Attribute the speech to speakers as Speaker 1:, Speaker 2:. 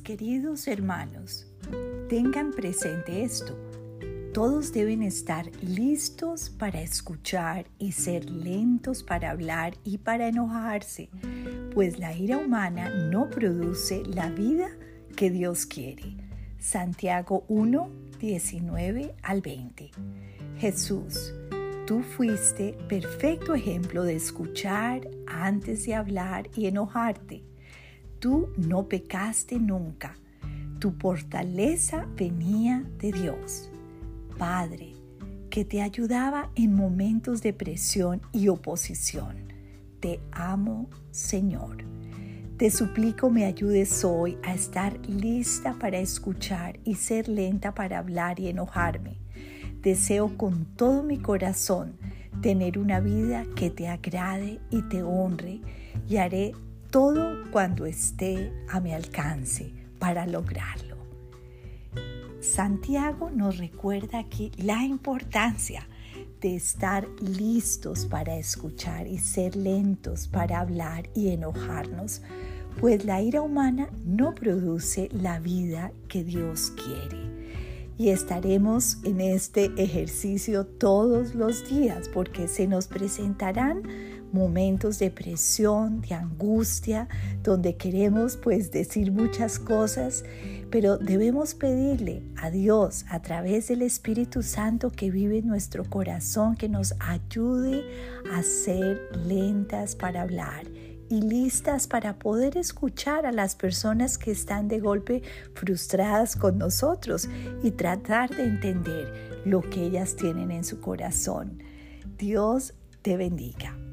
Speaker 1: queridos hermanos, tengan presente esto. Todos deben estar listos para escuchar y ser lentos para hablar y para enojarse, pues la ira humana no produce la vida que Dios quiere. Santiago 1, 19 al 20. Jesús, tú fuiste perfecto ejemplo de escuchar antes de hablar y enojarte. Tú no pecaste nunca. Tu fortaleza venía de Dios. Padre, que te ayudaba en momentos de presión y oposición. Te amo, Señor. Te suplico me ayudes hoy a estar lista para escuchar y ser lenta para hablar y enojarme. Deseo con todo mi corazón tener una vida que te agrade y te honre, y haré todo cuando esté a mi alcance para lograrlo. Santiago nos recuerda aquí la importancia de estar listos para escuchar y ser lentos para hablar y enojarnos, pues la ira humana no produce la vida que Dios quiere. Y estaremos en este ejercicio todos los días porque se nos presentarán momentos de presión, de angustia, donde queremos decir muchas cosas, pero debemos pedirle a Dios a través del Espíritu Santo que vive en nuestro corazón, que nos ayude a ser lentas para hablar y listas para poder escuchar a las personas que están de golpe frustradas con nosotros y tratar de entender lo que ellas tienen en su corazón. Dios te bendiga.